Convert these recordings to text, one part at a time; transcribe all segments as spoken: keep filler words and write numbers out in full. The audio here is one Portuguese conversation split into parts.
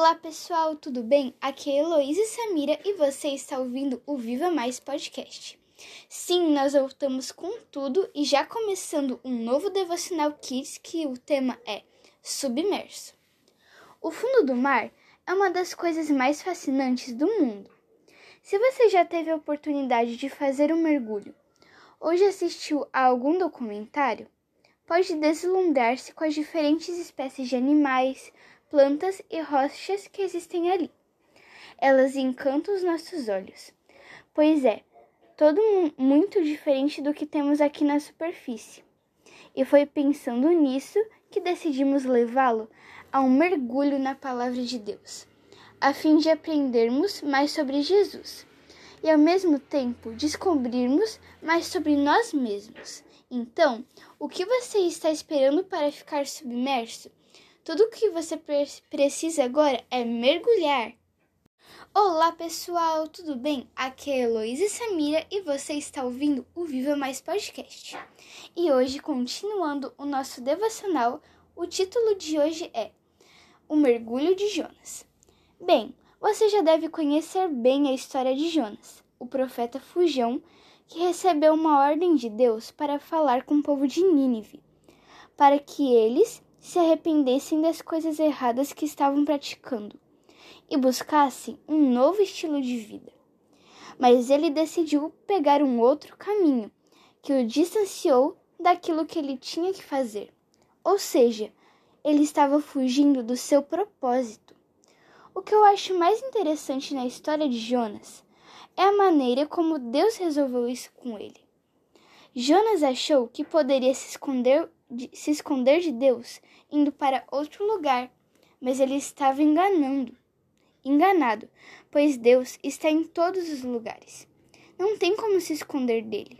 Olá pessoal, tudo bem? Aqui é Heloísa Samira e você está ouvindo o Viva Mais Podcast. Sim, nós voltamos com tudo e já começando um novo Devocional Kids que o tema é Submerso. O fundo do mar é uma das coisas mais fascinantes do mundo. Se você já teve a oportunidade de fazer um mergulho ou já assistiu a algum documentário, pode deslumbrar-se com as diferentes espécies de animais, plantas e rochas que existem ali. Elas encantam os nossos olhos, pois é todo muito diferente do que temos aqui na superfície. E foi pensando nisso que decidimos levá-lo a um mergulho na Palavra de Deus, a fim de aprendermos mais sobre Jesus e, ao mesmo tempo, descobrirmos mais sobre nós mesmos. Então, o que você está esperando para ficar submerso? Tudo o que você precisa agora é mergulhar. Olá pessoal, tudo bem? Aqui é Heloísa Samira e você está ouvindo o Viva Mais Podcast. E hoje, continuando o nosso devocional, o título de hoje é O Mergulho de Jonas. Bem, você já deve conhecer bem a história de Jonas, o profeta fujão que recebeu uma ordem de Deus para falar com o povo de Nínive, para que eles se arrependessem das coisas erradas que estavam praticando e buscassem um novo estilo de vida. Mas ele decidiu pegar um outro caminho que o distanciou daquilo que ele tinha que fazer. Ou seja, ele estava fugindo do seu propósito. O que eu acho mais interessante na história de Jonas é a maneira como Deus resolveu isso com ele. Jonas achou que poderia se esconder de, se esconder de Deus indo para outro lugar, mas ele estava enganando. Enganado, pois Deus está em todos os lugares. Não tem como se esconder dele.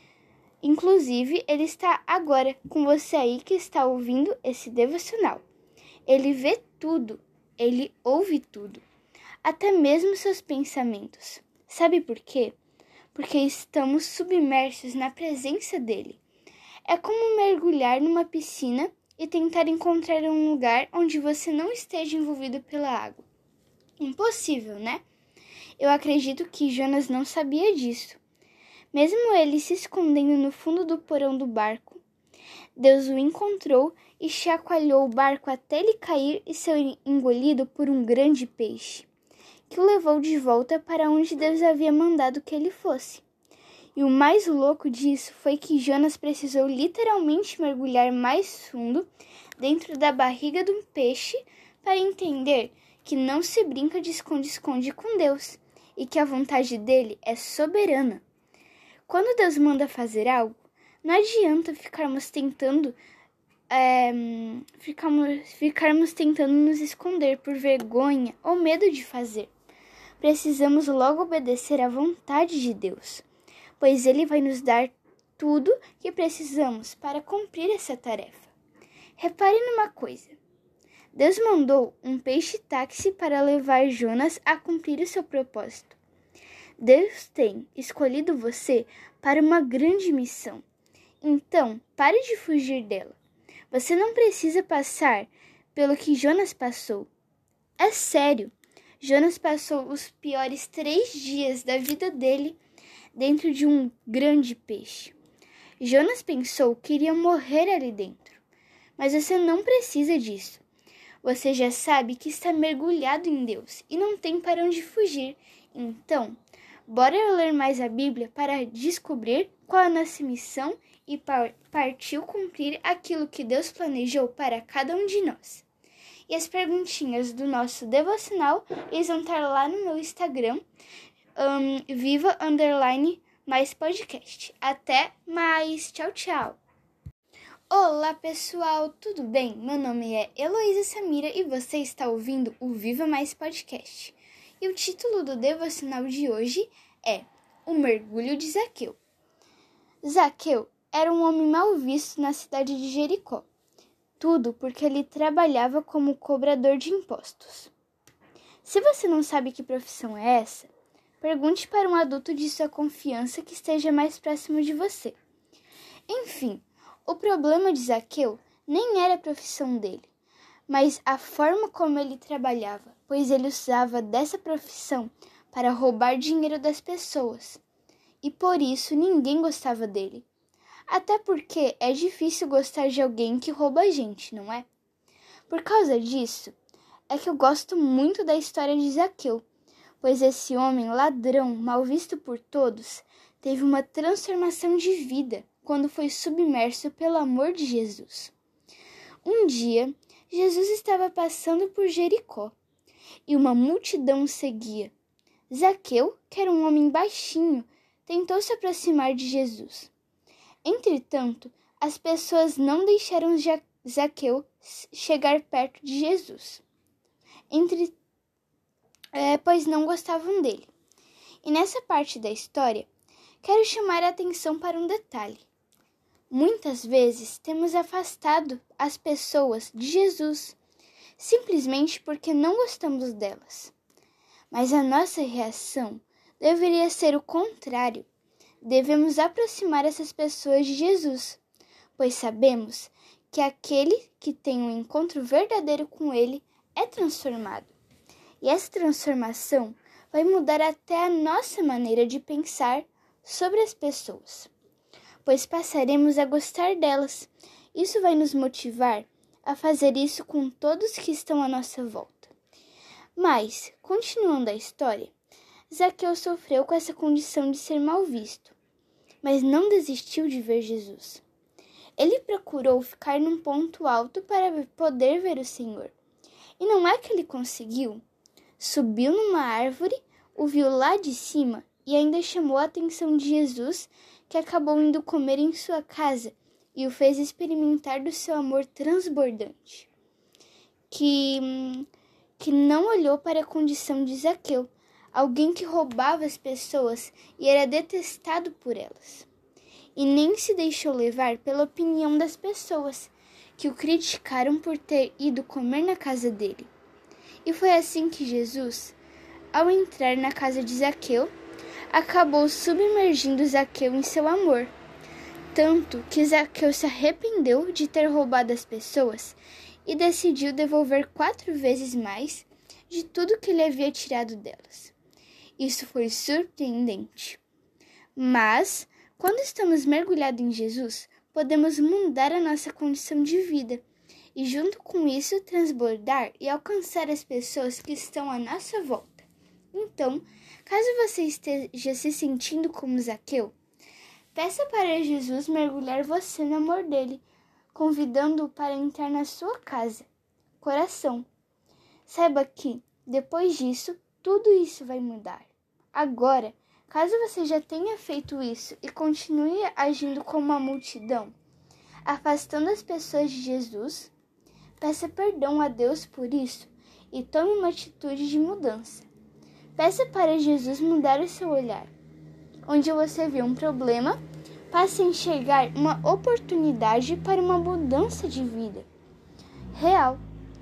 Inclusive, ele está agora com você aí que está ouvindo esse devocional. Ele vê tudo, ele ouve tudo, até mesmo seus pensamentos. Sabe por quê? Porque estamos submersos na presença dele. É como mergulhar numa piscina e tentar encontrar um lugar onde você não esteja envolvido pela água. Impossível, né? Eu acredito que Jonas não sabia disso. Mesmo ele se escondendo no fundo do porão do barco, Deus o encontrou e chacoalhou o barco até ele cair e ser engolido por um grande peixe, que o levou de volta para onde Deus havia mandado que ele fosse. E o mais louco disso foi que Jonas precisou literalmente mergulhar mais fundo dentro da barriga de um peixe para entender que não se brinca de esconde-esconde com Deus e que a vontade dele é soberana. Quando Deus manda fazer algo, não adianta ficarmos tentando, é, ficarmos, ficarmos tentando nos esconder por vergonha ou medo de fazer. Precisamos logo obedecer à vontade de Deus, pois Ele vai nos dar tudo que precisamos para cumprir essa tarefa. Repare numa coisa. Deus mandou um peixe-táxi para levar Jonas a cumprir o seu propósito. Deus tem escolhido você para uma grande missão. Então, pare de fugir dela. Você não precisa passar pelo que Jonas passou. É sério. Jonas passou os piores três dias da vida dele dentro de um grande peixe. Jonas pensou que iria morrer ali dentro. Mas você não precisa disso. Você já sabe que está mergulhado em Deus e não tem para onde fugir. Então, bora ler mais a Bíblia para descobrir qual é a nossa missão e partiu cumprir aquilo que Deus planejou para cada um de nós. E as perguntinhas do nosso devocional, eles vão estar lá no meu Instagram, um, viva underline mais podcast. Até mais, tchau, tchau! Olá pessoal, tudo bem? Meu nome é Heloísa Samira e você está ouvindo o Viva Mais Podcast. E o título do devocional de hoje é O Mergulho de Zaqueu. Zaqueu era um homem mal visto na cidade de Jericó. Tudo porque ele trabalhava como cobrador de impostos. Se você não sabe que profissão é essa, pergunte para um adulto de sua confiança que esteja mais próximo de você. Enfim, o problema de Zaqueu nem era a profissão dele, mas a forma como ele trabalhava, pois ele usava dessa profissão para roubar dinheiro das pessoas, e por isso ninguém gostava dele. Até porque é difícil gostar de alguém que rouba a gente, não é? Por causa disso, é que eu gosto muito da história de Zaqueu, pois esse homem ladrão, mal visto por todos, teve uma transformação de vida quando foi submerso pelo amor de Jesus. Um dia, Jesus estava passando por Jericó e uma multidão o seguia. Zaqueu, que era um homem baixinho, tentou se aproximar de Jesus. Entretanto, as pessoas não deixaram Zaqueu chegar perto de Jesus, Entre, é, pois não gostavam dele. E nessa parte da história, quero chamar a atenção para um detalhe. Muitas vezes temos afastado as pessoas de Jesus, simplesmente porque não gostamos delas. Mas a nossa reação deveria ser o contrário. Devemos aproximar essas pessoas de Jesus, pois sabemos que aquele que tem um encontro verdadeiro com ele é transformado. E essa transformação vai mudar até a nossa maneira de pensar sobre as pessoas, pois passaremos a gostar delas. Isso vai nos motivar a fazer isso com todos que estão à nossa volta. Mas, continuando a história, Zaqueu sofreu com essa condição de ser mal visto, mas não desistiu de ver Jesus. Ele procurou ficar num ponto alto para poder ver o Senhor. E não é que ele conseguiu. Subiu numa árvore, o viu lá de cima e ainda chamou a atenção de Jesus, que acabou indo comer em sua casa e o fez experimentar do seu amor transbordante. Que, que não olhou para a condição de Zaqueu, alguém que roubava as pessoas e era detestado por elas. E nem se deixou levar pela opinião das pessoas, que o criticaram por ter ido comer na casa dele. E foi assim que Jesus, ao entrar na casa de Zaqueu, acabou submergindo Zaqueu em seu amor, tanto que Zaqueu se arrependeu de ter roubado as pessoas e decidiu devolver quatro vezes mais de tudo que ele havia tirado delas. Isso foi surpreendente. Mas, quando estamos mergulhados em Jesus, podemos mudar a nossa condição de vida e, junto com isso, transbordar e alcançar as pessoas que estão à nossa volta. Então, caso você esteja se sentindo como Zaqueu, peça para Jesus mergulhar você no amor dele, convidando-o para entrar na sua casa, coração. Saiba que, depois disso, tudo isso vai mudar. Agora, caso você já tenha feito isso e continue agindo como uma multidão, afastando as pessoas de Jesus, peça perdão a Deus por isso e tome uma atitude de mudança. Peça para Jesus mudar o seu olhar. Onde você vê um problema, passe a enxergar uma oportunidade para uma mudança de vida real.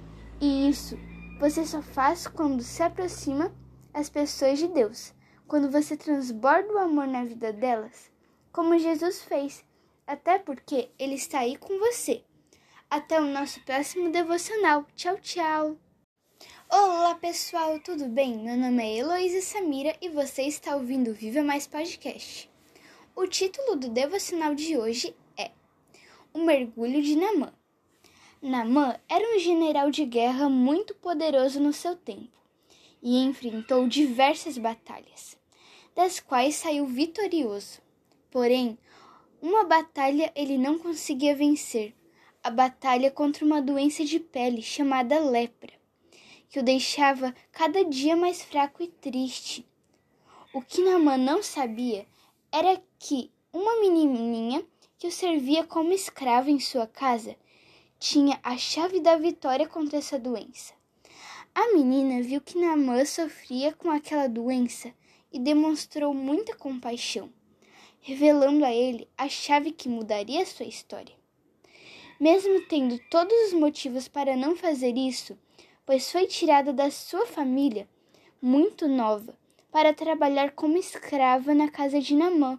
E isso você só faz quando se aproxima as pessoas de Deus, quando você transborda o amor na vida delas, como Jesus fez, até porque Ele está aí com você. Até o nosso próximo devocional. Tchau, tchau! Olá, pessoal, tudo bem? Meu nome é Heloísa Samira e você está ouvindo o Viva Mais Podcast. O título do devocional de hoje é O Mergulho de Naamã. Naamã era um general de guerra muito poderoso no seu tempo e enfrentou diversas batalhas, das quais saiu vitorioso. Porém, uma batalha ele não conseguia vencer, a batalha contra uma doença de pele chamada lepra, que o deixava cada dia mais fraco e triste. O que Naamã não sabia era que uma menininha que o servia como escrava em sua casa tinha a chave da vitória contra essa doença. A menina viu que Naamã sofria com aquela doença e demonstrou muita compaixão, revelando a ele a chave que mudaria sua história. Mesmo tendo todos os motivos para não fazer isso, pois foi tirada da sua família, muito nova, para trabalhar como escrava na casa de Naamã.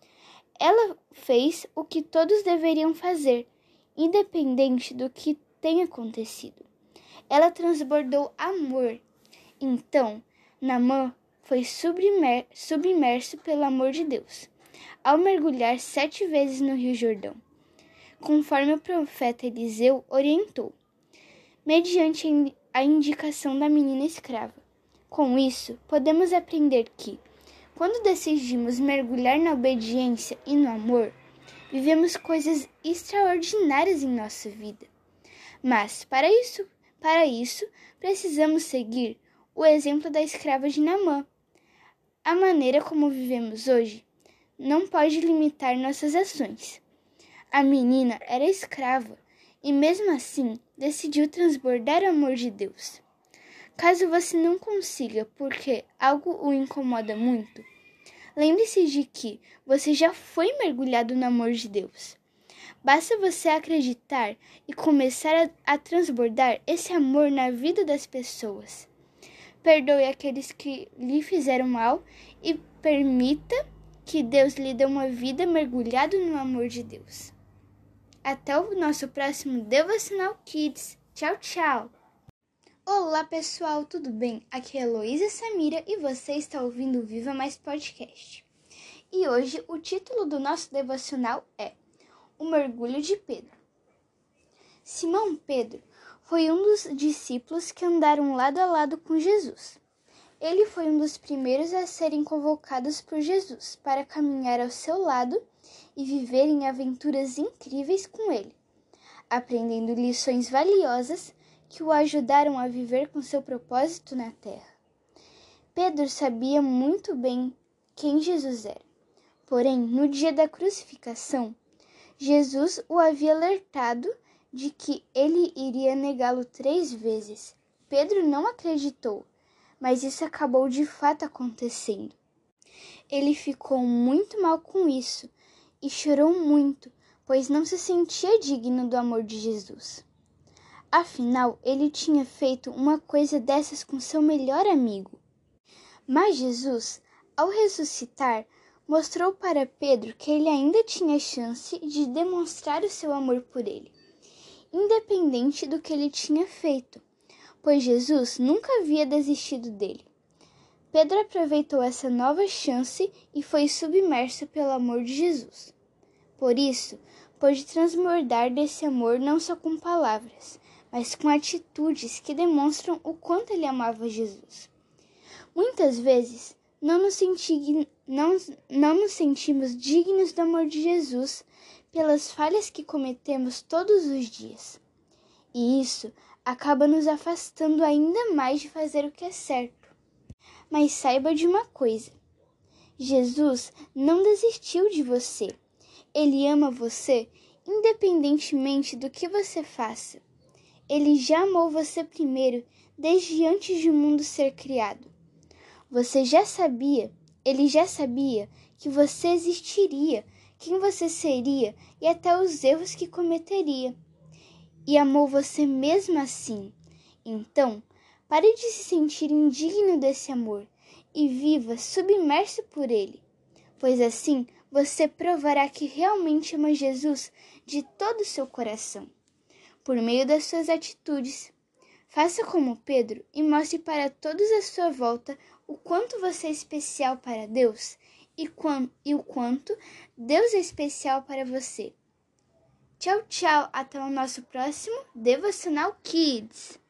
Ela fez o que todos deveriam fazer, independente do que tenha acontecido. ela transbordou amor. Então, Naamã foi submer- submerso pelo amor de Deus, ao mergulhar sete vezes no Rio Jordão, conforme o profeta Eliseu orientou, mediante a indicação da menina escrava. Com isso, podemos aprender que, quando decidimos mergulhar na obediência e no amor, vivemos coisas extraordinárias em nossa vida. Mas, para isso, para isso, precisamos seguir o exemplo da escrava de Naamã. A maneira como vivemos hoje não pode limitar nossas ações. A menina era escrava e, mesmo assim, decidiu transbordar o amor de Deus. Caso você não consiga porque algo o incomoda muito, lembre-se de que você já foi mergulhado no amor de Deus. Basta você acreditar e começar a, a transbordar esse amor na vida das pessoas. Perdoe aqueles que lhe fizeram mal e permita que Deus lhe dê uma vida mergulhada no amor de Deus. Até o nosso próximo Devocional Kids. Tchau, tchau! Olá, pessoal, tudo bem? Aqui é Heloísa Samira e você está ouvindo o Viva Mais Podcast. E hoje o título do nosso devocional é O Mergulho de Pedro. Simão Pedro foi um dos discípulos que andaram lado a lado com Jesus. Ele foi um dos primeiros a serem convocados por Jesus para caminhar ao seu lado e viverem aventuras incríveis com ele, aprendendo lições valiosas que o ajudaram a viver com seu propósito na terra. Pedro sabia muito bem quem Jesus era. Porém, no dia da crucificação, Jesus o havia alertado de que ele iria negá-lo três vezes. Pedro não acreditou, mas isso acabou de fato acontecendo. Ele ficou muito mal com isso e chorou muito, pois não se sentia digno do amor de Jesus. Afinal, ele tinha feito uma coisa dessas com seu melhor amigo. Mas Jesus, ao ressuscitar, mostrou para Pedro que ele ainda tinha chance de demonstrar o seu amor por ele, independente do que ele tinha feito, pois Jesus nunca havia desistido dele. Pedro aproveitou essa nova chance e foi submerso pelo amor de Jesus. Por isso, pôde transbordar desse amor não só com palavras, mas com atitudes que demonstram o quanto ele amava Jesus. Muitas vezes, não nos, senti, não, não nos sentimos dignos do amor de Jesus pelas falhas que cometemos todos os dias. E isso acaba nos afastando ainda mais de fazer o que é certo. Mas saiba de uma coisa: Jesus não desistiu de você. Ele ama você independentemente do que você faça. Ele já amou você primeiro, desde antes de o mundo ser criado. Você já sabia, ele já sabia que você existiria, quem você seria e até os erros que cometeria. E amou você mesmo assim. Então, pare de se sentir indigno desse amor e viva submerso por ele, pois assim você provará que realmente ama Jesus de todo o seu coração. Por meio das suas atitudes, faça como Pedro e mostre para todos à sua volta o quanto você é especial para Deus e, quant, e o quanto Deus é especial para você. Tchau, tchau! Até o nosso próximo Devocional Kids!